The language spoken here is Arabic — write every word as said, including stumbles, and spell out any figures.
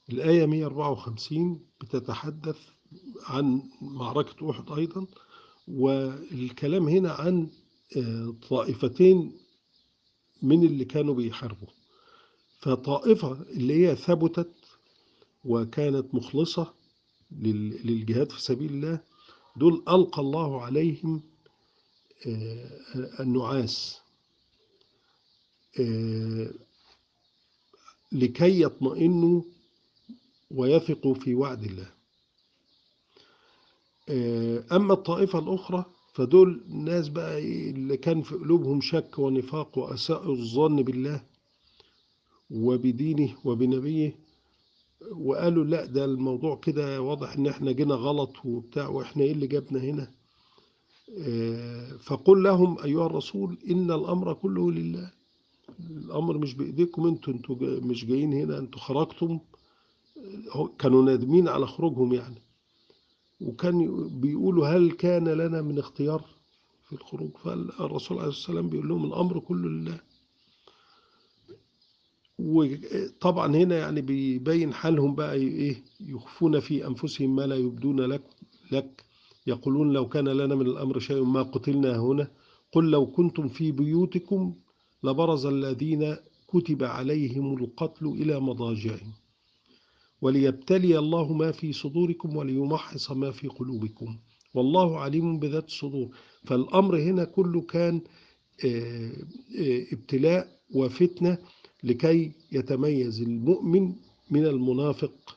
الآية مئة وأربعة وخمسين بتتحدث عن معركة أحد أيضا، والكلام هنا عن آه، طائفتين من اللي كانوا بيحاربوا. فطائفة اللي هي ثبتت وكانت مخلصة لل- للجهاد في سبيل الله، دول ألقى الله عليهم آه، النعاس آه، لكي يطمئنوا ويثقوا في وعد الله. آه، أما الطائفة الأخرى فدول ناس بقى إيه اللي كان في قلوبهم شك ونفاق وأساءوا الظن بالله وبدينه وبنبيه، وقالوا لا ده الموضوع كده واضح إن إحنا جينا غلط وبتاع، وإحنا إيه اللي جابنا هنا. آه، فقل لهم أيها الرسول إن الأمر كله لله. الأمر مش بإيديكم أنتوا، أنتوا جا- مش جايين هنا، أنتوا خرجتم. هو- كانوا نادمين على خروجهم يعني، وكان بيقولوا هل كان لنا من اختيار في الخروج. فالرسول عليه الصلاة والسلام بيقول لهم الأمر كله لله. وطبعا هنا يعني بيبين حالهم بقى إيه، يخفون في أنفسهم ما لا يبدون لك لك يقولون لو كان لنا من الأمر شيء ما قتلنا هنا. قل لو كنتم في بيوتكم لبرز الذين كتب عليهم القتل إلى مضاجعهم وليبتلي الله ما في صدوركم وليمحص ما في قلوبكم والله عليم بذات الصدور. فالأمر هنا كله كان آه، آه، ابتلاء وفتنة لكي يتميز المؤمن من المنافق